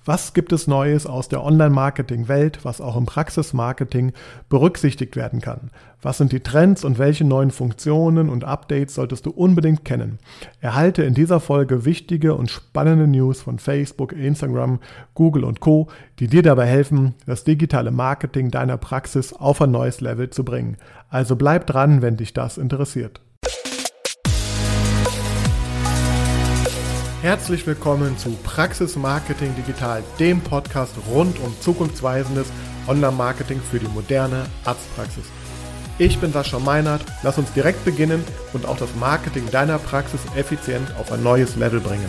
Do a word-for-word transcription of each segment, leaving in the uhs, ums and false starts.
Was gibt es Neues aus der Online-Marketing-Welt, was auch im Praxismarketing berücksichtigt werden kann? Was sind die Trends und welche neuen Funktionen und Updates solltest du unbedingt kennen? Erhalte in dieser Folge wichtige und spannende News von Facebook, Instagram, Google und Co., die dir dabei helfen, das digitale Marketing deiner Praxis auf ein neues Level zu bringen. Also bleib dran, wenn dich das interessiert. Herzlich willkommen zu Praxis Marketing Digital, dem Podcast rund um zukunftsweisendes Online-Marketing für die moderne Arztpraxis. Ich bin Sascha Meinert, lass uns direkt beginnen und auch das Marketing deiner Praxis effizient auf ein neues Level bringen.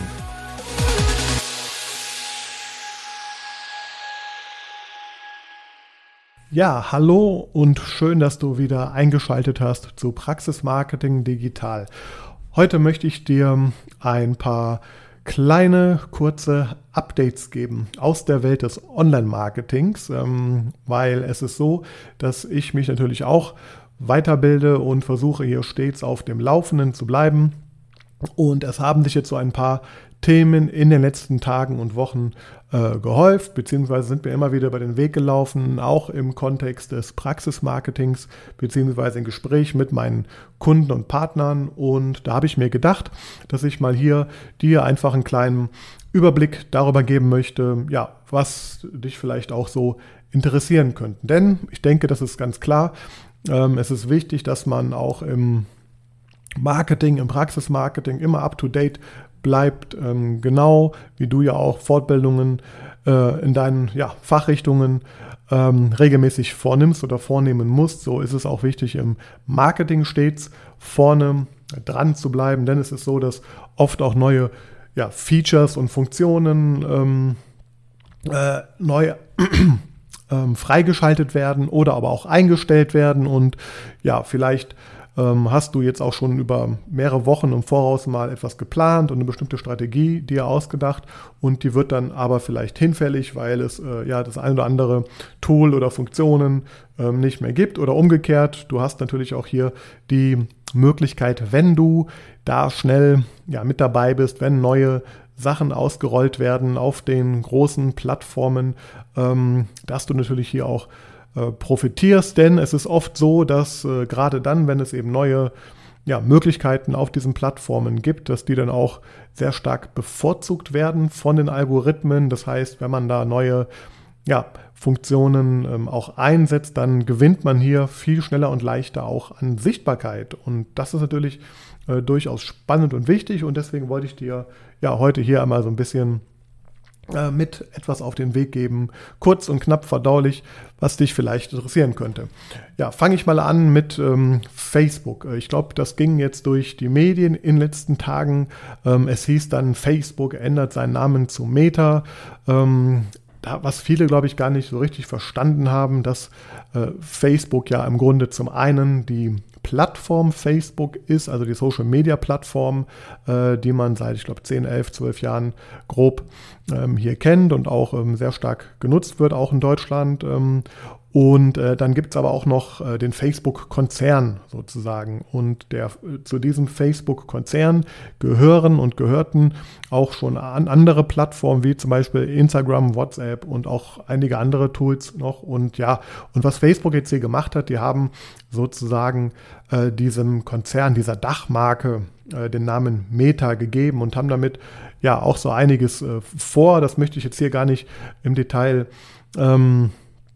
Ja, hallo und schön, dass du wieder eingeschaltet hast zu Praxis Marketing Digital. Heute möchte ich dir ein paar kleine, kurze Updates geben aus der Welt des Online-Marketings, ähm, weil es ist so, dass ich mich natürlich auch weiterbilde und versuche hier stets auf dem Laufenden zu bleiben. Und es haben sich jetzt so ein paar Themen in den letzten Tagen und Wochen äh, gehäuft, beziehungsweise sind mir immer wieder über den Weg gelaufen, auch im Kontext des Praxismarketings, beziehungsweise im Gespräch mit meinen Kunden und Partnern. Und da habe ich mir gedacht, dass ich mal hier dir einfach einen kleinen Überblick darüber geben möchte, ja, was dich vielleicht auch so interessieren könnte. Denn ich denke, das ist ganz klar, ähm, es ist wichtig, dass man auch im Marketing, im Praxismarketing immer up-to-date bleibt, ähm, genau wie du ja auch Fortbildungen äh, in deinen ja, Fachrichtungen ähm, regelmäßig vornimmst oder vornehmen musst. So ist es auch wichtig, im Marketing stets vorne dran zu bleiben, denn es ist so, dass oft auch neue ja, Features und Funktionen ähm, äh, neu ähm, freigeschaltet werden oder aber auch eingestellt werden und ja, vielleicht hast du jetzt auch schon über mehrere Wochen im Voraus mal etwas geplant und eine bestimmte Strategie dir ausgedacht und die wird dann aber vielleicht hinfällig, weil es äh, ja das ein oder andere Tool oder Funktionen ähm, nicht mehr gibt oder umgekehrt. Du hast natürlich auch hier die Möglichkeit, wenn du da schnell ja, mit dabei bist, wenn neue Sachen ausgerollt werden auf den großen Plattformen, ähm, dass du natürlich hier auch profitierst, denn es ist oft so, dass äh, gerade dann, wenn es eben neue ja, Möglichkeiten auf diesen Plattformen gibt, dass die dann auch sehr stark bevorzugt werden von den Algorithmen. Das heißt, wenn man da neue ja, Funktionen ähm, auch einsetzt, dann gewinnt man hier viel schneller und leichter auch an Sichtbarkeit. Und das ist natürlich äh, durchaus spannend und wichtig und deswegen wollte ich dir ja heute hier einmal so ein bisschen mit etwas auf den Weg geben, kurz und knapp verdaulich, was dich vielleicht interessieren könnte. Ja, fange ich mal an mit ähm, Facebook. Ich glaube, das ging jetzt durch die Medien in den letzten Tagen. Ähm, es hieß dann, Facebook ändert seinen Namen zu Meta. Ähm, da, was viele, glaube ich, gar nicht so richtig verstanden haben, dass äh, Facebook ja im Grunde zum einen die Plattform Facebook ist, also die Social-Media-Plattform, äh, die man seit, ich glaube, zehn, elf, zwölf Jahren grob ähm, hier kennt und auch ähm, sehr stark genutzt wird, auch in Deutschland. Ähm, und äh, dann gibt es aber auch noch äh, den Facebook-Konzern sozusagen. Und der, äh, zu diesem Facebook-Konzern gehören und gehörten auch schon an andere Plattformen, wie zum Beispiel Instagram, WhatsApp und auch einige andere Tools noch. Und ja, und was Facebook jetzt hier gemacht hat, die haben sozusagen äh, diesem Konzern, dieser Dachmarke, äh, den Namen Meta gegeben und haben damit ja auch so einiges äh, vor. Das möchte ich jetzt hier gar nicht im Detail ähm,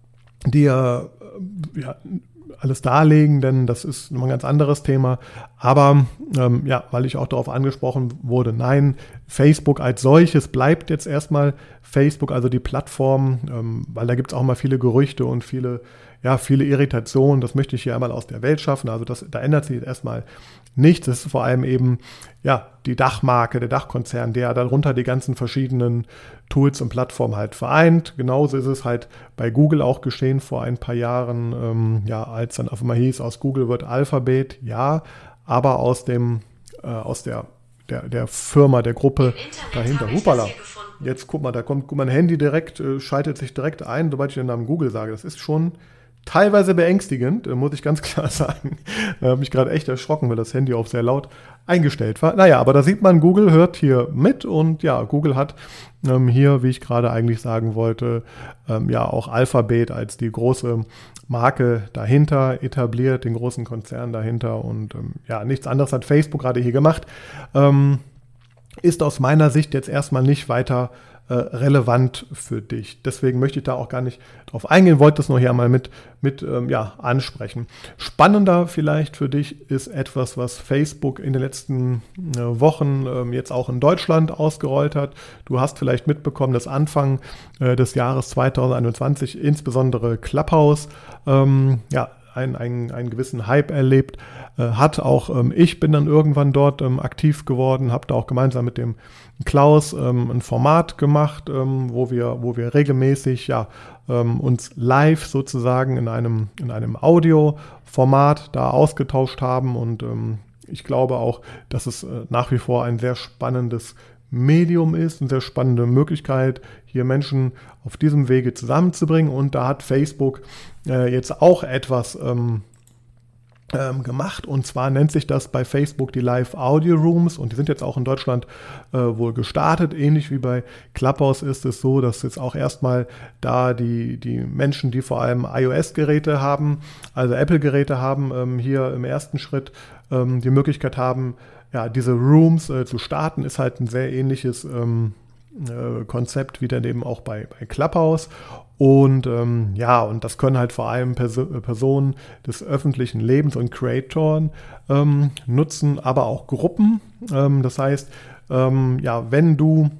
dir ja, alles darlegen, denn das ist noch ein ganz anderes Thema. Aber ähm, ja, weil ich auch darauf angesprochen wurde, nein, Facebook als solches bleibt jetzt erstmal Facebook, also die Plattform, ähm, weil da gibt es auch mal viele Gerüchte und viele, ja, viele Irritationen. Das möchte ich hier einmal aus der Welt schaffen. Also das, da ändert sich jetzt erstmal nichts. Das ist vor allem eben ja, die Dachmarke, der Dachkonzern, der darunter die ganzen verschiedenen Tools und Plattformen halt vereint. Genauso ist es halt bei Google auch geschehen vor ein paar Jahren, ähm, ja, als dann auf einmal hieß, aus Google wird Alphabet, ja, aber aus dem, äh, aus der, der, der Firma, der Gruppe dahinter. Hupala. Jetzt guck mal, da kommt mein Handy direkt, äh, schaltet sich direkt ein, sobald ich den Namen Google sage. Das ist schon teilweise beängstigend, muss ich ganz klar sagen. Da habe mich gerade echt erschrocken, weil das Handy auf sehr laut eingestellt war. Naja, aber da sieht man, Google hört hier mit und ja, Google hat ähm, hier, wie ich gerade eigentlich sagen wollte, ähm, ja auch Alphabet als die große Marke dahinter etabliert, den großen Konzern dahinter und ähm, ja, nichts anderes hat Facebook gerade hier gemacht. Ähm, ist aus meiner Sicht jetzt erstmal nicht weiter äh, relevant für dich. Deswegen möchte ich da auch gar nicht drauf eingehen, wollte das nur hier einmal mit, mit ähm, ja, ansprechen. Spannender vielleicht für dich ist etwas, was Facebook in den letzten äh, Wochen ähm, jetzt auch in Deutschland ausgerollt hat. Du hast vielleicht mitbekommen, dass Anfang äh, des Jahres zweitausendeinundzwanzig insbesondere Clubhouse ähm, ja, einen, einen, einen gewissen Hype erlebt äh, hat. Auch ähm, ich bin dann irgendwann dort ähm, aktiv geworden, habe da auch gemeinsam mit dem Klaus ähm, ein Format gemacht, ähm, wo wir, wo wir regelmäßig ja, ähm, uns live sozusagen in einem, in einem Audioformat da ausgetauscht haben und ähm, ich glaube auch, dass es äh, nach wie vor ein sehr spannendes Medium ist, eine sehr spannende Möglichkeit, hier Menschen auf diesem Wege zusammenzubringen. Und da hat Facebook äh, jetzt auch etwas ähm, ähm, gemacht. Und zwar nennt sich das bei Facebook die Live Audio Rooms. Und die sind jetzt auch in Deutschland äh, wohl gestartet. Ähnlich wie bei Clubhouse ist es so, dass jetzt auch erstmal da die, die Menschen, die vor allem iOS-Geräte haben, also Apple-Geräte haben, ähm, hier im ersten Schritt ähm, die Möglichkeit haben, ja, diese Rooms äh, zu starten. Ist halt ein sehr ähnliches ähm, äh, Konzept wie dann eben auch bei, bei Clubhouse. Und ähm, ja, und das können halt vor allem Perso- Personen des öffentlichen Lebens und Creatoren ähm, nutzen, aber auch Gruppen. Ähm, das heißt, ähm, ja, wenn du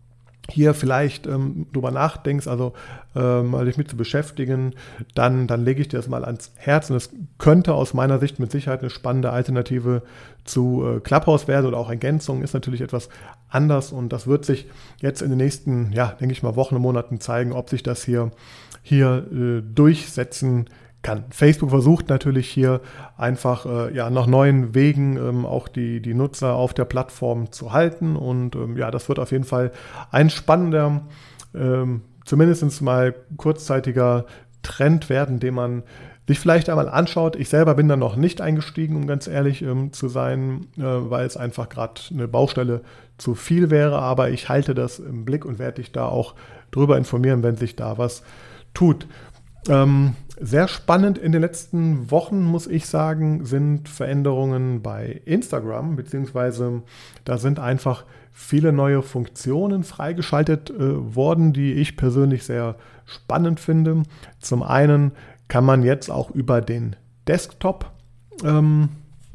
hier vielleicht ähm, drüber nachdenkst, also ähm, mal dich mit zu beschäftigen, dann, dann lege ich dir das mal ans Herz und es könnte aus meiner Sicht mit Sicherheit eine spannende Alternative zu äh, Clubhouse werden oder auch Ergänzung ist natürlich etwas anders und das wird sich jetzt in den nächsten, ja, denke ich mal, Wochen und Monaten zeigen, ob sich das hier, hier äh, durchsetzen kann. Facebook versucht natürlich hier einfach äh, ja, nach neuen Wegen ähm, auch die, die Nutzer auf der Plattform zu halten und ähm, ja, das wird auf jeden Fall ein spannender, ähm, zumindest mal kurzzeitiger Trend werden, den man sich vielleicht einmal anschaut. Ich selber bin da noch nicht eingestiegen, um ganz ehrlich ähm, zu sein, äh, weil es einfach gerade eine Baustelle zu viel wäre, aber ich halte das im Blick und werde dich da auch drüber informieren, wenn sich da was tut. Ähm, sehr spannend in den letzten Wochen, muss ich sagen, sind Veränderungen bei Instagram, beziehungsweise da sind einfach viele neue Funktionen freigeschaltet äh, worden, die ich persönlich sehr spannend finde. Zum einen kann man jetzt auch über den Desktop ähm,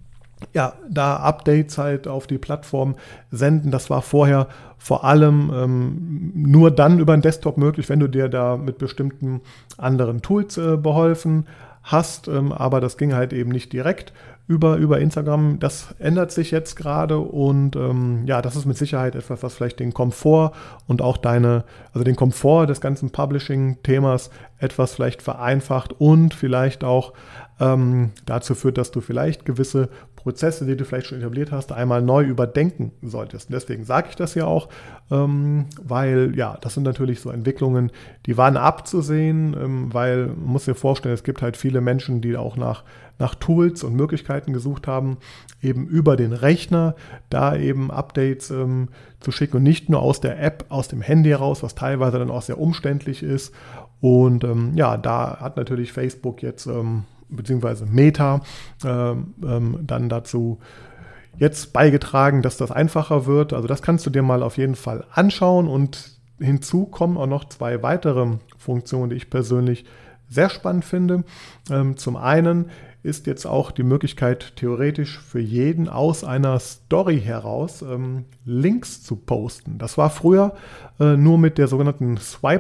ja, da Updates halt auf die Plattform senden. Das war vorher vor allem ähm, nur dann über den Desktop möglich, wenn du dir da mit bestimmten anderen Tools äh, beholfen hast. Ähm, aber das ging halt eben nicht direkt über, über Instagram. Das ändert sich jetzt gerade und ähm, ja, das ist mit Sicherheit etwas, was vielleicht den Komfort und auch deine, also den Komfort des ganzen Publishing-Themas etwas vielleicht vereinfacht und vielleicht auch ähm, dazu führt, dass du vielleicht gewisse Prozesse, die du vielleicht schon etabliert hast, einmal neu überdenken solltest. Und deswegen sage ich das ja auch, ähm, weil ja, das sind natürlich so Entwicklungen, die waren abzusehen, ähm, weil man muss sich vorstellen, es gibt halt viele Menschen, die auch nach, nach Tools und Möglichkeiten gesucht haben, eben über den Rechner da eben Updates ähm, zu schicken und nicht nur aus der App, aus dem Handy heraus, was teilweise dann auch sehr umständlich ist. Und ähm, ja, da hat natürlich Facebook jetzt ähm, beziehungsweise Meta ähm, ähm, dann dazu jetzt beigetragen, dass das einfacher wird. Also das kannst du dir mal auf jeden Fall anschauen und hinzu kommen auch noch zwei weitere Funktionen, die ich persönlich sehr spannend finde. Ähm, zum einen ist jetzt auch die Möglichkeit, theoretisch für jeden aus einer Story heraus ähm, Links zu posten. Das war früher äh, nur mit der sogenannten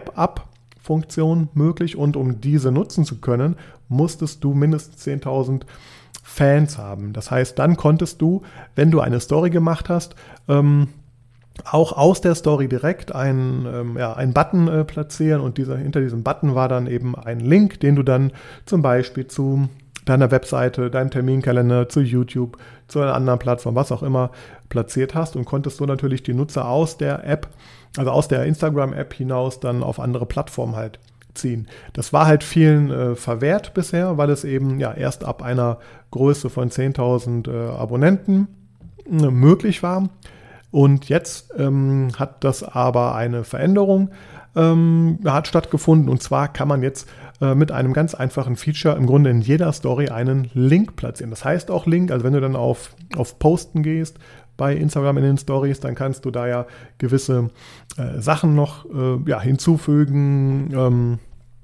Swipe-Up-Funktion möglich und um diese nutzen zu können, musstest du mindestens zehntausend Fans haben. Das heißt, dann konntest du, wenn du eine Story gemacht hast, ähm, auch aus der Story direkt einen, ähm, ja, einen Button äh, platzieren und dieser, hinter diesem Button war dann eben ein Link, den du dann zum Beispiel zu deiner Webseite, deinem Terminkalender, zu YouTube, zu einer anderen Plattform, was auch immer, platziert hast und konntest so natürlich die Nutzer aus der App, also aus der Instagram-App hinaus dann auf andere Plattformen halt ziehen. Das war halt vielen äh, verwehrt bisher, weil es eben ja erst ab einer Größe von zehntausend äh, Abonnenten äh, möglich war. Und jetzt ähm, hat das aber eine Veränderung ähm, hat stattgefunden. Und zwar kann man jetzt äh, mit einem ganz einfachen Feature im Grunde in jeder Story einen Link platzieren. Das heißt auch Link, also wenn du dann auf, auf Posten gehst bei Instagram in den Stories, dann kannst du da ja gewisse äh, Sachen noch äh, ja, hinzufügen, ähm,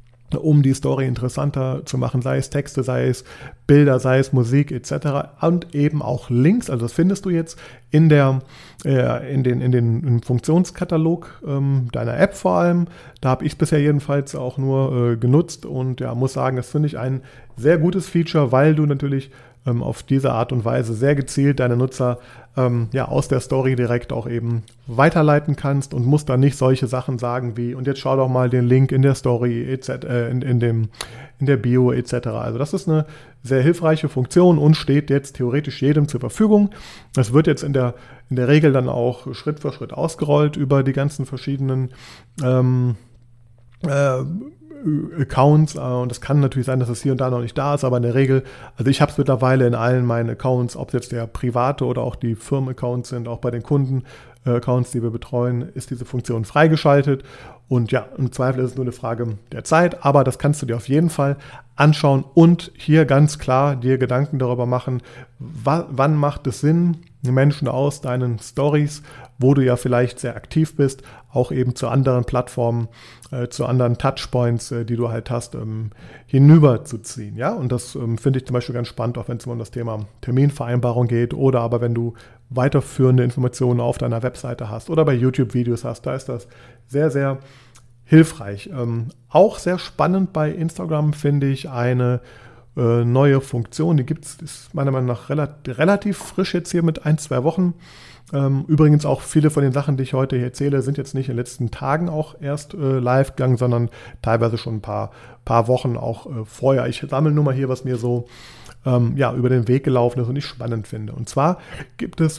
um die Story interessanter zu machen, sei es Texte, sei es Bilder, sei es Musik et cetera. Und eben auch Links, also das findest du jetzt in, der, äh, in den, in den im Funktionskatalog ähm, deiner App vor allem. Da habe ich es bisher jedenfalls auch nur äh, genutzt und ja, muss sagen, das finde ich ein sehr gutes Feature, weil du natürlich ähm, auf diese Art und Weise sehr gezielt deine Nutzer ähm, ja, aus der Story direkt auch eben weiterleiten kannst und musst dann nicht solche Sachen sagen wie, und jetzt schau doch mal den Link in der Story, et cetera, äh, in, in, dem, in der Bio et cetera. Also das ist eine sehr hilfreiche Funktion und steht jetzt theoretisch jedem zur Verfügung. Das wird jetzt in der, in der Regel dann auch Schritt für Schritt ausgerollt über die ganzen verschiedenen ähm, äh, Accounts, und es kann natürlich sein, dass es hier und da noch nicht da ist, aber in der Regel, also ich habe es mittlerweile in allen meinen Accounts, ob es jetzt der private oder auch die Firmen-Accounts sind, auch bei den Kunden-Accounts, die wir betreuen, ist diese Funktion freigeschaltet und ja, im Zweifel ist es nur eine Frage der Zeit, aber das kannst du dir auf jeden Fall anschauen und hier ganz klar dir Gedanken darüber machen, wa- wann macht es Sinn, Menschen aus deinen Stories, wo du ja vielleicht sehr aktiv bist, auch eben zu anderen Plattformen, äh, zu anderen Touchpoints, äh, die du halt hast, ähm, hinüber zu ziehen. Ja? Und das ähm, finde ich zum Beispiel ganz spannend, auch wenn es um das Thema Terminvereinbarung geht oder aber wenn du weiterführende Informationen auf deiner Webseite hast oder bei YouTube-Videos hast, da ist das sehr, sehr hilfreich. Ähm, auch sehr spannend bei Instagram finde ich eine äh, neue Funktion, die gibt es, ist meiner Meinung nach relativ, relativ frisch jetzt hier mit ein, zwei Wochen. Ähm, übrigens auch viele von den Sachen, die ich heute hier erzähle, sind jetzt nicht in den letzten Tagen auch erst äh, live gegangen, sondern teilweise schon ein paar, paar Wochen auch äh, vorher. Ich sammle nur mal hier, was mir so ähm, ja, über den Weg gelaufen ist und ich spannend finde. Und zwar gibt es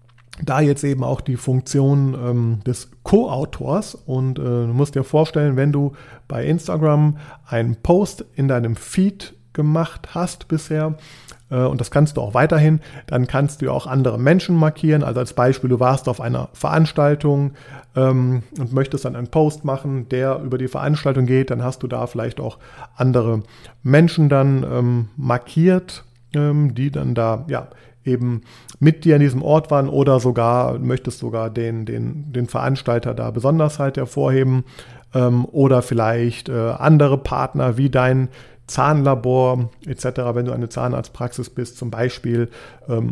da jetzt eben auch die Funktion ähm, des Co-Autors und äh, du musst dir vorstellen, wenn du bei Instagram einen Post in deinem Feed gemacht hast bisher, äh, und das kannst du auch weiterhin, dann kannst du ja auch andere Menschen markieren. Also als Beispiel, du warst auf einer Veranstaltung ähm, und möchtest dann einen Post machen, der über die Veranstaltung geht, dann hast du da vielleicht auch andere Menschen dann ähm, markiert, ähm, die dann da ja eben mit dir an diesem Ort waren oder sogar möchtest sogar den, den, den Veranstalter da besonders halt hervorheben ähm, oder vielleicht äh, andere Partner wie dein Zahnlabor et cetera, wenn du eine Zahnarztpraxis bist zum Beispiel. Ähm,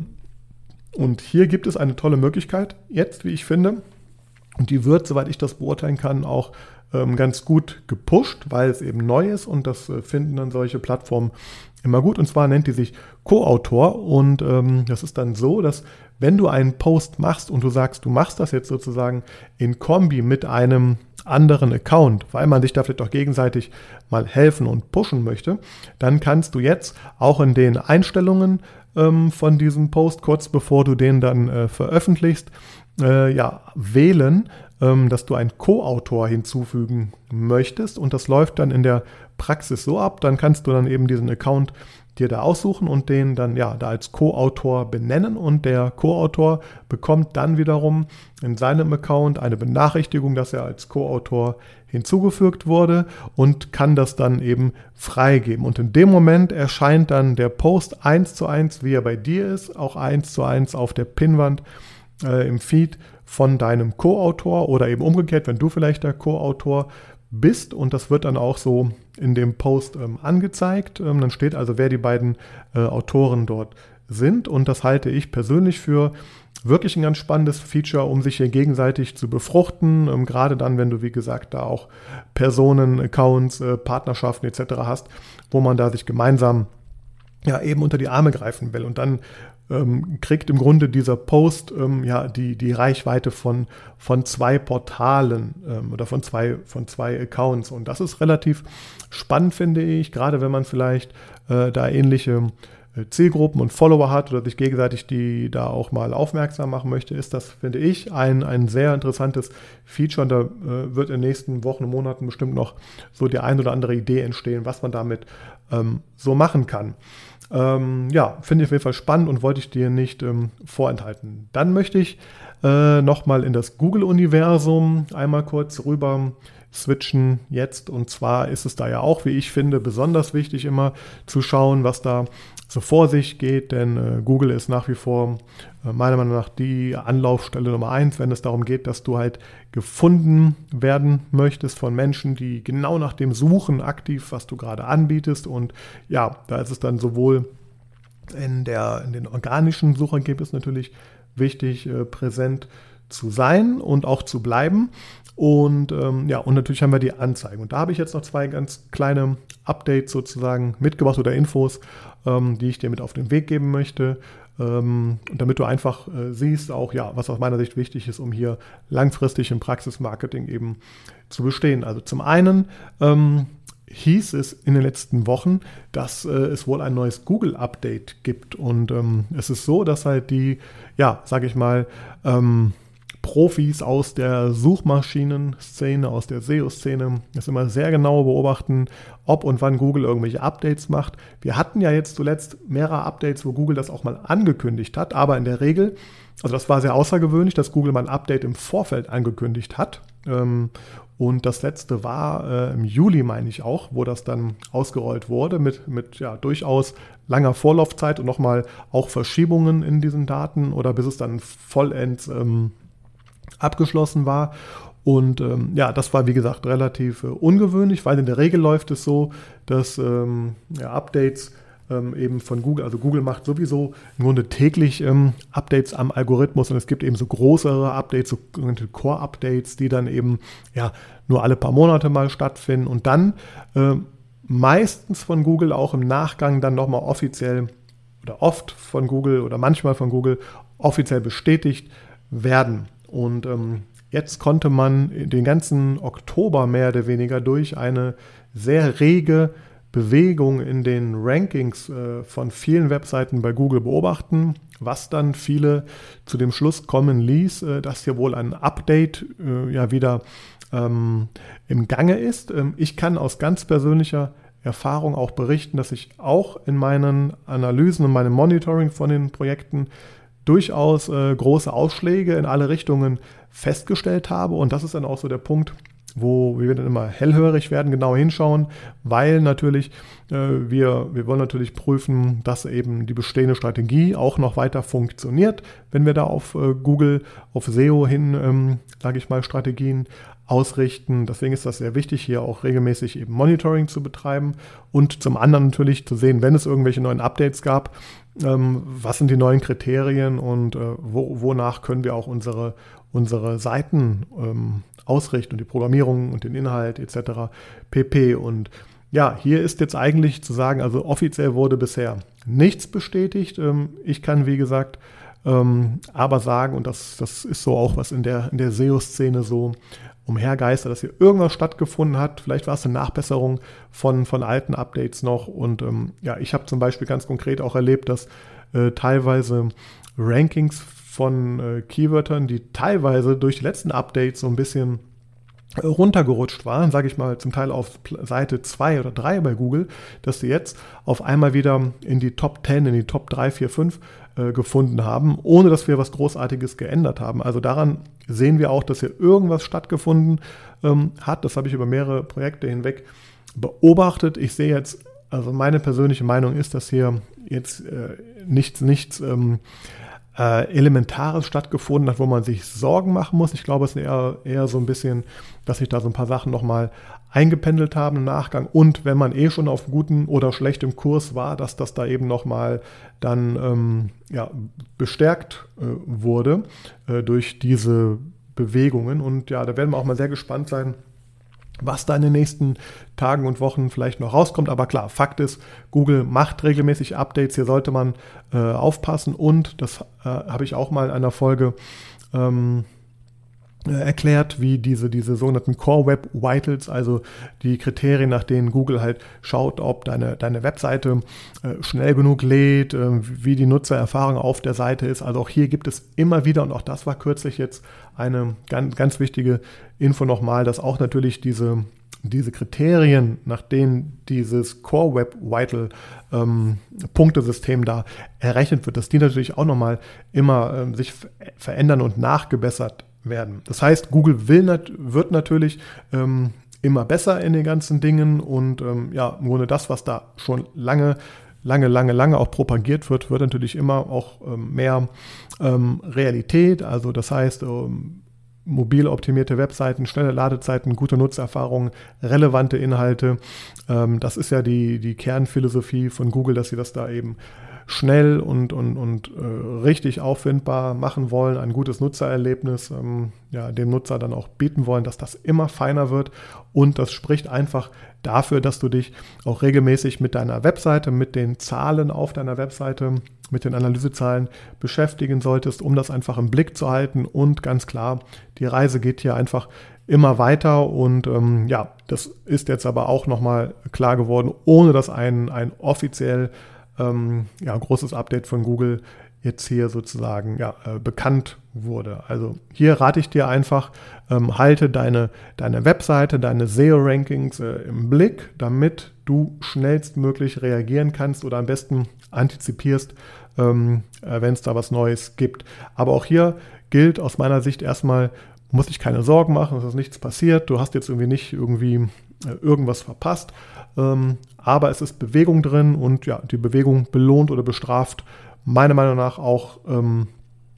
und hier gibt es eine tolle Möglichkeit jetzt, wie ich finde, und die wird, soweit ich das beurteilen kann, auch ähm, ganz gut gepusht, weil es eben neu ist und das äh, finden dann solche Plattformen immer gut. Und zwar nennt die sich Co-Autor und ähm, das ist dann so, dass wenn du einen Post machst und du sagst, du machst das jetzt sozusagen in Kombi mit einem anderen Account, weil man sich da vielleicht auch gegenseitig mal helfen und pushen möchte, dann kannst du jetzt auch in den Einstellungen ähm, von diesem Post, kurz bevor du den dann äh, veröffentlichst, äh, ja, wählen, ähm, dass du einen Co-Autor hinzufügen möchtest und das läuft dann in der Praxis so ab, dann kannst du dann eben diesen Account dir da aussuchen und den dann ja da als Co-Autor benennen und der Co-Autor bekommt dann wiederum in seinem Account eine Benachrichtigung, dass er als Co-Autor hinzugefügt wurde und kann das dann eben freigeben. Und in dem Moment erscheint dann der Post eins zu eins, wie er bei dir ist, auch eins zu eins auf der Pinnwand äh, im Feed von deinem Co-Autor oder eben umgekehrt, wenn du vielleicht der Co-Autor bist und das wird dann auch so in dem Post ähm, angezeigt. Ähm, dann steht also, wer die beiden äh, Autoren dort sind und das halte ich persönlich für wirklich ein ganz spannendes Feature, um sich hier gegenseitig zu befruchten, ähm, gerade dann, wenn du, wie gesagt, da auch Personen, Accounts, äh, Partnerschaften et cetera hast, wo man da sich gemeinsam ja eben unter die Arme greifen will und dann Ähm, kriegt im Grunde dieser Post ähm, ja die, die Reichweite von, von zwei Portalen ähm, oder von zwei, von zwei Accounts. Und das ist relativ spannend, finde ich, gerade wenn man vielleicht äh, da ähnliche Zielgruppen und Follower hat oder sich gegenseitig die da auch mal aufmerksam machen möchte, ist das, finde ich, ein, ein sehr interessantes Feature. Und da äh, wird in den nächsten Wochen und Monaten bestimmt noch so die ein oder andere Idee entstehen, was man damit ähm, so machen kann. Ähm, ja, finde ich auf jeden Fall spannend und wollte ich dir nicht ähm, vorenthalten. Dann möchte ich äh, nochmal in das Google-Universum einmal kurz rüber switchen jetzt. Und zwar ist es da ja auch, wie ich finde, besonders wichtig immer zu schauen, was da so vor sich geht, denn äh, Google ist nach wie vor äh, meiner Meinung nach die Anlaufstelle Nummer eins, wenn es darum geht, dass du halt gefunden werden möchtest von Menschen, die genau nach dem suchen aktiv, was du gerade anbietest. Und ja, da ist es dann sowohl in, der, in den organischen Suchergebnissen natürlich wichtig, äh, präsent zu sein und auch zu bleiben. Und ähm, ja, und natürlich haben wir die Anzeigen. Und da habe ich jetzt noch zwei ganz kleine Updates sozusagen mitgebracht oder Infos, ähm, die ich dir mit auf den Weg geben möchte. Ähm, und damit du einfach äh, siehst, auch ja, was aus meiner Sicht wichtig ist, um hier langfristig im Praxismarketing eben zu bestehen. Also zum einen ähm, hieß es in den letzten Wochen, dass äh, es wohl ein neues Google-Update gibt. Und ähm, es ist so, dass halt die, ja, sage ich mal, ähm, Profis aus der Suchmaschinen-Szene, aus der S E O-Szene, das immer sehr genau beobachten, ob und wann Google irgendwelche Updates macht. Wir hatten ja jetzt zuletzt mehrere Updates, wo Google das auch mal angekündigt hat, aber in der Regel, also das war sehr außergewöhnlich, dass Google mal ein Update im Vorfeld angekündigt hat. Und das letzte war im Juli, meine ich auch, wo das dann ausgerollt wurde mit, mit ja, durchaus langer Vorlaufzeit und nochmal auch Verschiebungen in diesen Daten oder bis es dann vollends ähm, abgeschlossen war. Und ähm, ja, das war wie gesagt relativ äh, ungewöhnlich, weil in der Regel läuft es so, dass ähm, ja, Updates ähm, eben von Google, also Google macht sowieso im Grunde täglich ähm, Updates am Algorithmus und es gibt eben so größere Updates, sogenannte Core-Updates, die dann eben ja nur alle paar Monate mal stattfinden und dann äh, meistens von Google auch im Nachgang dann nochmal offiziell oder oft von Google oder manchmal von Google offiziell bestätigt werden. Und ähm, jetzt konnte man den ganzen Oktober mehr oder weniger durch eine sehr rege Bewegung in den Rankings äh, von vielen Webseiten bei Google beobachten, was dann viele zu dem Schluss kommen ließ, äh, dass hier wohl ein Update äh, ja wieder ähm, im Gange ist. Ähm, ich kann aus ganz persönlicher Erfahrung auch berichten, dass ich auch in meinen Analysen und meinem Monitoring von den Projekten durchaus äh, große Ausschläge in alle Richtungen festgestellt habe. Und das ist dann auch so der Punkt, wo wir dann immer hellhörig werden, genau hinschauen, weil natürlich äh, wir, wir wollen natürlich prüfen, dass eben die bestehende Strategie auch noch weiter funktioniert, wenn wir da auf äh, Google, auf S E O hin, ähm, sage ich mal, Strategien ausrichten. Deswegen ist das sehr wichtig, hier auch regelmäßig eben Monitoring zu betreiben und zum anderen natürlich zu sehen, wenn es irgendwelche neuen Updates gab, ähm, was sind die neuen Kriterien und äh, wo, wonach können wir auch unsere, unsere Seiten ähm, ausrichten und die Programmierung und den Inhalt et cetera pp. Und ja, hier ist jetzt eigentlich zu sagen, also offiziell wurde bisher nichts bestätigt. Ähm, ich kann, wie gesagt, ähm, aber sagen, und das, das ist so auch, was in der, in der S E O-Szene so umhergeistert, dass hier irgendwas stattgefunden hat. Vielleicht war es eine Nachbesserung von, von alten Updates noch. Und ähm, ja, ich habe zum Beispiel ganz konkret auch erlebt, dass äh, teilweise Rankings von äh, Keywörtern, die teilweise durch die letzten Updates so ein bisschen äh, runtergerutscht waren, sage ich mal, zum Teil auf Seite zwei oder drei bei Google, dass sie jetzt auf einmal wieder in die Top zehn, in die Top drei, vier, fünf äh, gefunden haben, ohne dass wir was Großartiges geändert haben. Also daran sehen wir auch, dass hier irgendwas stattgefunden ähm, hat. Das habe ich über mehrere Projekte hinweg beobachtet. Ich sehe jetzt, also meine persönliche Meinung ist, dass hier jetzt äh, nichts, nichts ähm, äh, Elementares stattgefunden hat, wo man sich Sorgen machen muss. Ich glaube, es ist eher, eher so ein bisschen, dass sich da so ein paar Sachen nochmal eingependelt haben im Nachgang. Und wenn man eh schon auf gutem oder schlechtem Kurs war, dass das da eben nochmal dann ähm, ja, bestärkt äh, wurde äh, durch diese Bewegungen. Und ja, da werden wir auch mal sehr gespannt sein, was da in den nächsten Tagen und Wochen vielleicht noch rauskommt. Aber klar, Fakt ist, Google macht regelmäßig Updates. Hier sollte man äh, aufpassen. Und das äh, habe ich auch mal in einer Folge ähm, erklärt, wie diese, diese sogenannten Core Web Vitals, also die Kriterien, nach denen Google halt schaut, ob deine, deine Webseite äh, schnell genug lädt, äh, wie die Nutzererfahrung auf der Seite ist. Also auch hier gibt es immer wieder, und auch das war kürzlich jetzt eine ganz, ganz wichtige Info nochmal, dass auch natürlich diese, diese Kriterien, nach denen dieses Core Web Vital ähm, Punktesystem da errechnet wird, dass die natürlich auch nochmal immer ähm, sich verändern und nachgebessert werden. Das heißt, Google will nat- wird natürlich ähm, immer besser in den ganzen Dingen und ähm, ja, im Grunde das, was da schon lange, lange, lange, lange auch propagiert wird, wird natürlich immer auch ähm, mehr ähm, Realität. Also das heißt, ähm, mobil optimierte Webseiten, schnelle Ladezeiten, gute Nutzererfahrungen, relevante Inhalte. Ähm, das ist ja die, die Kernphilosophie von Google, dass sie das da eben schnell und, und, und äh, richtig auffindbar machen wollen, ein gutes Nutzererlebnis ähm, ja, dem Nutzer dann auch bieten wollen, dass das immer feiner wird, und das spricht einfach dafür, dass du dich auch regelmäßig mit deiner Webseite, mit den Zahlen auf deiner Webseite, mit den Analysezahlen beschäftigen solltest, um das einfach im Blick zu halten. Und ganz klar, die Reise geht hier einfach immer weiter, und ähm, ja, das ist jetzt aber auch nochmal klar geworden, ohne dass ein, ein offiziell ähm, ja, großes Update von Google jetzt hier sozusagen ja, äh, bekannt wurde. Also hier rate ich dir einfach, ähm, halte deine, deine Webseite, deine S E O-Rankings äh, im Blick, damit du schnellstmöglich reagieren kannst oder am besten antizipierst, ähm, äh, wenn es da was Neues gibt. Aber auch hier gilt aus meiner Sicht erstmal, muss ich keine Sorgen machen, es ist nichts passiert, du hast jetzt irgendwie nicht irgendwie äh, irgendwas verpasst, ähm, aber es ist Bewegung drin, und ja, die Bewegung belohnt oder bestraft meiner Meinung nach auch ähm,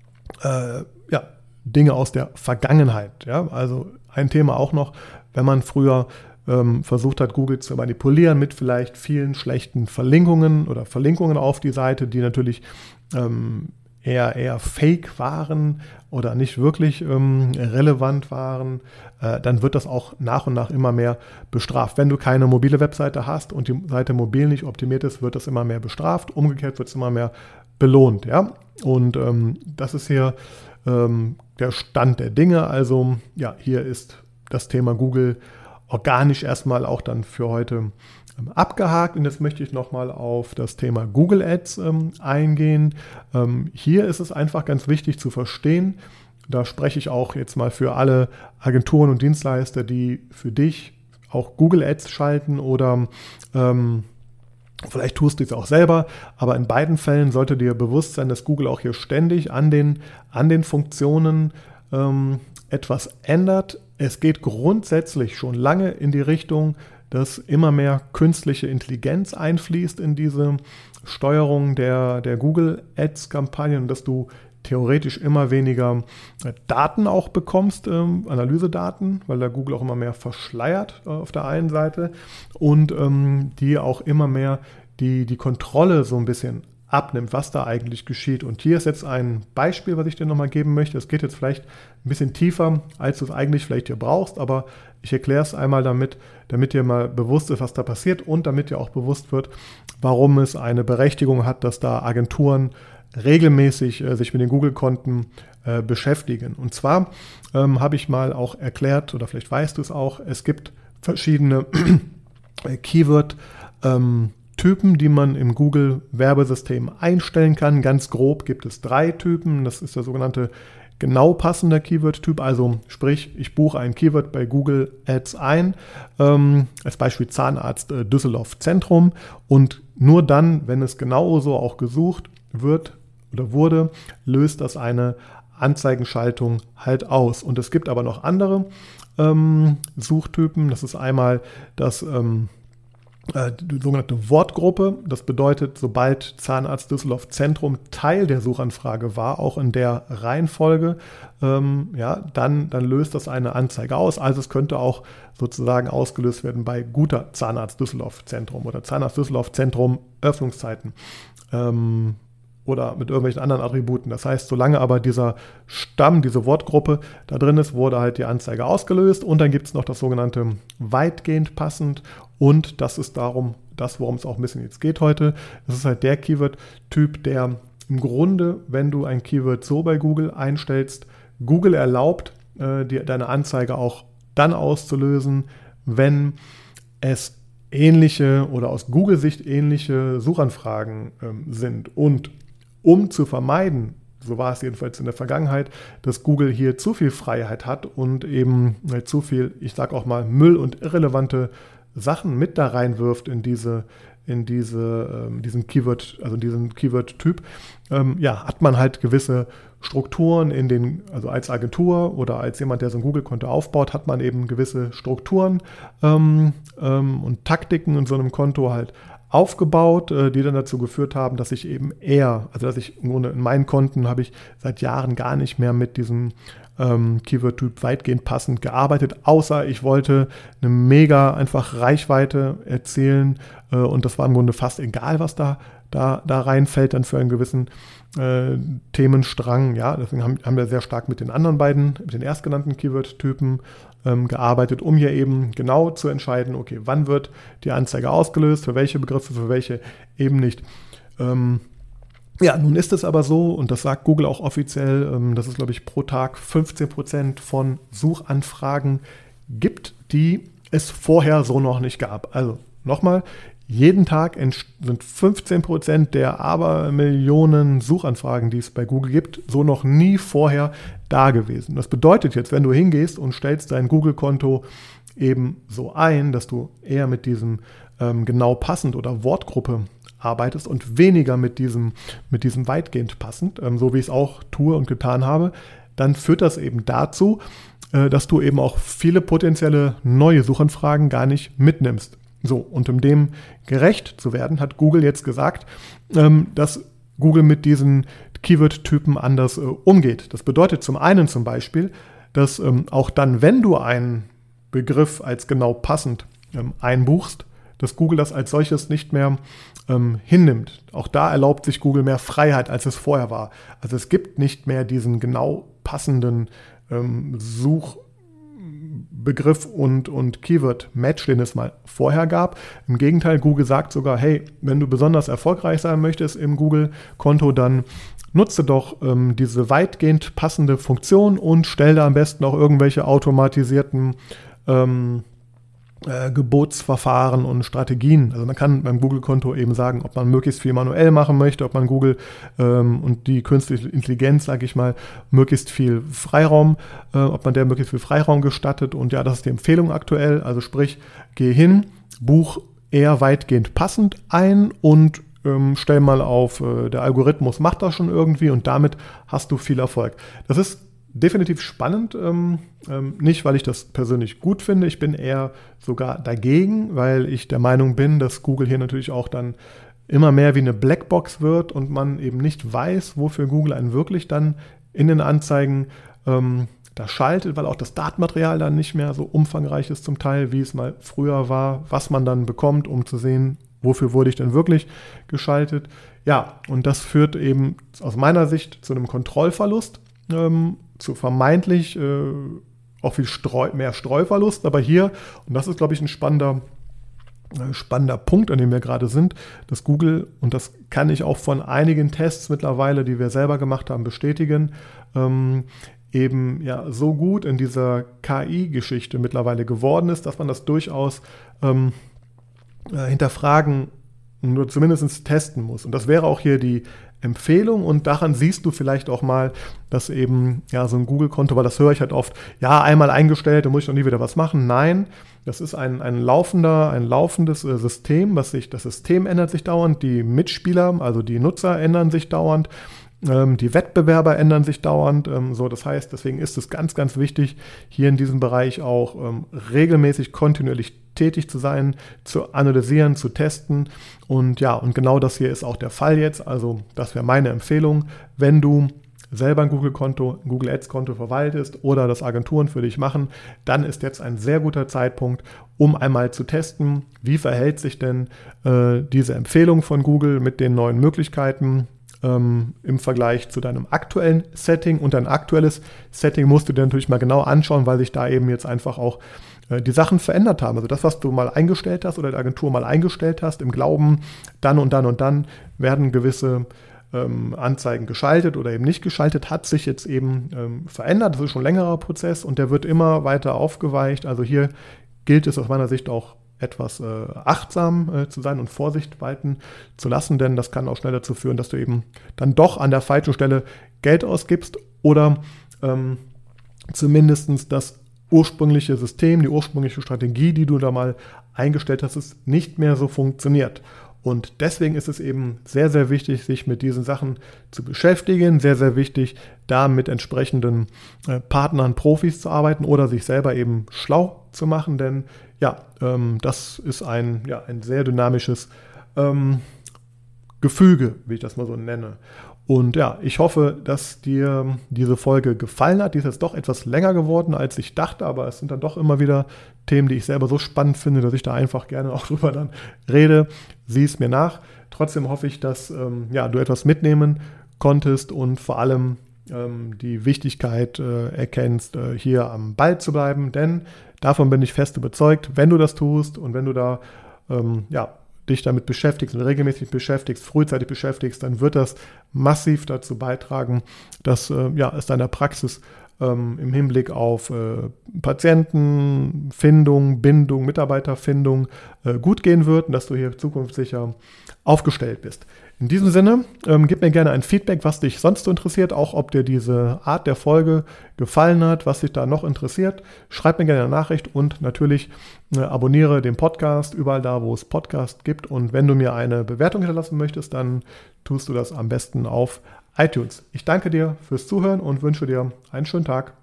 äh, ja, Dinge aus der Vergangenheit. Ja? Also ein Thema auch noch, wenn man früher ähm, versucht hat, Google zu manipulieren mit vielleicht vielen schlechten Verlinkungen oder Verlinkungen auf die Seite, die natürlich ähm, eher, eher fake waren oder nicht wirklich ähm, relevant waren, äh, dann wird das auch nach und nach immer mehr bestraft. Wenn du keine mobile Webseite hast und die Seite mobil nicht optimiert ist, wird das immer mehr bestraft. Umgekehrt wird es immer mehr belohnt. Ja? Und ähm, das ist hier ähm, der Stand der Dinge. Also ja, hier ist das Thema Google organisch erstmal auch dann für heute ähm, abgehakt. Und jetzt möchte ich nochmal auf das Thema Google Ads ähm, eingehen. Ähm, hier ist es einfach ganz wichtig zu verstehen, da spreche ich auch jetzt mal für alle Agenturen und Dienstleister, die für dich auch Google Ads schalten oder ähm, vielleicht tust du es auch selber, aber in beiden Fällen sollte dir bewusst sein, dass Google auch hier ständig an den, an den Funktionen ähm, etwas ändert. Es geht grundsätzlich schon lange in die Richtung, dass immer mehr künstliche Intelligenz einfließt in diese Steuerung der, der Google Ads-Kampagnen, dass du theoretisch immer weniger Daten auch bekommst, ähm, Analysedaten, weil da Google auch immer mehr verschleiert äh, auf der einen Seite und ähm, die auch immer mehr die, die Kontrolle so ein bisschen abnimmt, was da eigentlich geschieht. Und hier ist jetzt ein Beispiel, was ich dir nochmal geben möchte. Es geht jetzt vielleicht ein bisschen tiefer, als du es eigentlich vielleicht hier brauchst, aber ich erkläre es einmal damit, damit dir mal bewusst ist, was da passiert und damit dir auch bewusst wird, warum es eine Berechtigung hat, dass da Agenturen regelmäßig äh, sich mit den Google-Konten äh, beschäftigen. Und zwar ähm, habe ich mal auch erklärt, oder vielleicht weißt du es auch, es gibt verschiedene Keyword-Typen, ähm, die man im Google-Werbesystem einstellen kann. Ganz grob gibt es drei Typen. Das ist der sogenannte genau passender Keyword-Typ. Also sprich, ich buche ein Keyword bei Google Ads ein, ähm, als Beispiel Zahnarzt äh, Düsseldorf Zentrum, und nur dann, wenn es genauso auch gesucht wird oder wurde, löst das eine Anzeigenschaltung halt aus. Und es gibt aber noch andere ähm, Suchtypen. Das ist einmal das ähm, äh, die sogenannte Wortgruppe. Das bedeutet, sobald Zahnarzt Düsseldorf Zentrum Teil der Suchanfrage war, auch in der Reihenfolge, ähm, ja, dann, dann löst das eine Anzeige aus. Also es könnte auch sozusagen ausgelöst werden bei guter Zahnarzt Düsseldorf Zentrum oder Zahnarzt Düsseldorf Zentrum Öffnungszeiten. Ähm, oder mit irgendwelchen anderen Attributen. Das heißt, solange aber dieser Stamm, diese Wortgruppe da drin ist, wurde halt die Anzeige ausgelöst. Und dann gibt es noch das sogenannte weitgehend passend. Und das ist darum, das, worum es auch ein bisschen jetzt geht heute. Das ist halt der Keyword-Typ, der im Grunde, wenn du ein Keyword so bei Google einstellst, Google erlaubt, äh, die, deine Anzeige auch dann auszulösen, wenn es ähnliche oder aus Google-Sicht ähnliche Suchanfragen ähm, sind. Und um zu vermeiden, so war es jedenfalls in der Vergangenheit, dass Google hier zu viel Freiheit hat und eben äh, zu viel, ich sage auch mal, Müll und irrelevante Sachen mit da reinwirft in diese in diese, ähm, diesen Keyword, also diesen Keyword-Typ, ähm, ja, hat man halt gewisse Strukturen in den, also als Agentur oder als jemand, der so ein Google-Konto aufbaut, hat man eben gewisse Strukturen ähm, ähm, und Taktiken in so einem Konto halt aufgebaut, äh, die dann dazu geführt haben, dass ich eben eher, also dass ich im Grunde in meinen Konten habe ich seit Jahren gar nicht mehr mit diesem ähm, Keyword-Typ weitgehend passend gearbeitet, außer ich wollte eine mega einfach Reichweite erzielen äh, und das war im Grunde fast egal, was da, da, da reinfällt dann für einen gewissen äh, Themenstrang. Ja, deswegen haben, haben wir sehr stark mit den anderen beiden, mit den erstgenannten Keyword-Typen ähm, gearbeitet, um hier eben genau zu entscheiden, okay, wann wird die Anzeige ausgelöst, für welche Begriffe, für welche eben nicht. Ähm, Ja, nun ist es aber so, und das sagt Google auch offiziell, ähm, dass es, glaube ich, pro Tag fünfzehn Prozent von Suchanfragen gibt, die es vorher so noch nicht gab. Also nochmal, jeden Tag sind fünfzehn Prozent der Abermillionen Suchanfragen, die es bei Google gibt, so noch nie vorher da gewesen. Das bedeutet jetzt, wenn du hingehst und stellst dein Google-Konto eben so ein, dass du eher mit diesem ähm, genau passend oder Wortgruppe arbeitest und weniger mit diesem, mit diesem weitgehend passend, ähm, so wie ich es auch tue und getan habe, dann führt das eben dazu, äh, dass du eben auch viele potenzielle neue Suchanfragen gar nicht mitnimmst. So, und um dem gerecht zu werden, hat Google jetzt gesagt, ähm, dass Google mit diesen Keyword-Typen anders äh, umgeht. Das bedeutet zum einen zum Beispiel, dass ähm, auch dann, wenn du einen Begriff als genau passend ähm, einbuchst, dass Google das als solches nicht mehr ähm, hinnimmt. Auch da erlaubt sich Google mehr Freiheit, als es vorher war. Also es gibt nicht mehr diesen genau passenden ähm, Suchbegriff und, und Keyword-Match, den es mal vorher gab. Im Gegenteil, Google sagt sogar, hey, wenn du besonders erfolgreich sein möchtest im Google-Konto, dann nutze doch ähm, diese weitgehend passende Funktion und stell da am besten auch irgendwelche automatisierten ähm, Äh, Gebotsverfahren und Strategien. Also man kann beim Google-Konto eben sagen, ob man möglichst viel manuell machen möchte, ob man Google ähm, und die künstliche Intelligenz, sage ich mal, möglichst viel Freiraum, äh, ob man der möglichst viel Freiraum gestattet. Und ja, das ist die Empfehlung aktuell. Also sprich, geh hin, buch eher weitgehend passend ein und ähm, stell mal auf, äh, der Algorithmus macht das schon irgendwie und damit hast du viel Erfolg. Das ist definitiv spannend, ähm, ähm, nicht, weil ich das persönlich gut finde, ich bin eher sogar dagegen, weil ich der Meinung bin, dass Google hier natürlich auch dann immer mehr wie eine Blackbox wird und man eben nicht weiß, wofür Google einen wirklich dann in den Anzeigen ähm, da schaltet, weil auch das Datenmaterial dann nicht mehr so umfangreich ist zum Teil, wie es mal früher war, was man dann bekommt, um zu sehen, wofür wurde ich denn wirklich geschaltet. Ja, und das führt eben aus meiner Sicht zu einem Kontrollverlust, ähm, zu vermeintlich äh, auch viel Streu, mehr Streuverlust, aber hier, und das ist, glaube ich, ein spannender, äh, spannender Punkt, an dem wir gerade sind, dass Google, und das kann ich auch von einigen Tests mittlerweile, die wir selber gemacht haben, bestätigen, ähm, eben ja so gut in dieser K I-Geschichte mittlerweile geworden ist, dass man das durchaus ähm, äh, hinterfragen und nur zumindest testen muss. Und das wäre auch hier die Empfehlung und daran siehst du vielleicht auch mal, dass eben ja so ein Google-Konto, weil das höre ich halt oft, ja, einmal eingestellt, dann muss ich doch nie wieder was machen. Nein, das ist ein, ein laufender, ein laufendes äh, System, was sich, das System ändert sich dauernd, die Mitspieler, also die Nutzer ändern sich dauernd, ähm, die Wettbewerber ändern sich dauernd. Ähm, so, das heißt, deswegen ist es ganz, ganz wichtig, hier in diesem Bereich auch ähm, regelmäßig kontinuierlich tätig zu sein, zu analysieren, zu testen. Und ja, und genau das hier ist auch der Fall jetzt. Also das wäre meine Empfehlung, wenn du selber ein Google-Konto, ein Google Ads-Konto verwaltest oder das Agenturen für dich machen, dann ist jetzt ein sehr guter Zeitpunkt, um einmal zu testen, wie verhält sich denn äh, diese Empfehlung von Google mit den neuen Möglichkeiten ähm, im Vergleich zu deinem aktuellen Setting. Und dein aktuelles Setting musst du dir natürlich mal genau anschauen, weil sich da eben jetzt einfach auch die Sachen verändert haben. Also das, was du mal eingestellt hast oder die Agentur mal eingestellt hast, im Glauben, dann und dann und dann werden gewisse ähm, Anzeigen geschaltet oder eben nicht geschaltet, hat sich jetzt eben ähm, verändert. Das ist schon ein längerer Prozess und der wird immer weiter aufgeweicht. Also hier gilt es aus meiner Sicht auch etwas äh, achtsam äh, zu sein und Vorsicht walten zu lassen, denn das kann auch schnell dazu führen, dass du eben dann doch an der falschen Stelle Geld ausgibst oder ähm, zumindest das ursprüngliche System, die ursprüngliche Strategie, die du da mal eingestellt hast, es nicht mehr so funktioniert. Und deswegen ist es eben sehr, sehr wichtig, sich mit diesen Sachen zu beschäftigen, sehr, sehr wichtig, da mit entsprechenden äh, Partnern, Profis zu arbeiten oder sich selber eben schlau zu machen, denn ja, ähm, das ist ein, ja, ein sehr dynamisches ähm, Gefüge, wie ich das mal so nenne. Und ja, ich hoffe, dass dir diese Folge gefallen hat. Die ist jetzt doch etwas länger geworden, als ich dachte, aber es sind dann doch immer wieder Themen, die ich selber so spannend finde, dass ich da einfach gerne auch drüber dann rede. Sieh es mir nach. Trotzdem hoffe ich, dass ähm, ja, du etwas mitnehmen konntest und vor allem ähm, die Wichtigkeit äh, erkennst, äh, hier am Ball zu bleiben, denn davon bin ich fest überzeugt, wenn du das tust und wenn du da ähm, ja, dich damit beschäftigst und regelmäßig beschäftigst, frühzeitig beschäftigst, dann wird das massiv dazu beitragen, dass äh, ja, es deiner Praxis ähm, im Hinblick auf äh, Patientenfindung, Bindung, Mitarbeiterfindung äh, gut gehen wird und dass du hier zukunftssicher aufgestellt bist. In diesem Sinne, ähm, gib mir gerne ein Feedback, was dich sonst so interessiert, auch ob dir diese Art der Folge gefallen hat, was dich da noch interessiert. Schreib mir gerne eine Nachricht und natürlich äh, abonniere den Podcast überall da, wo es Podcasts gibt. Und wenn du mir eine Bewertung hinterlassen möchtest, dann tust du das am besten auf iTunes. Ich danke dir fürs Zuhören und wünsche dir einen schönen Tag.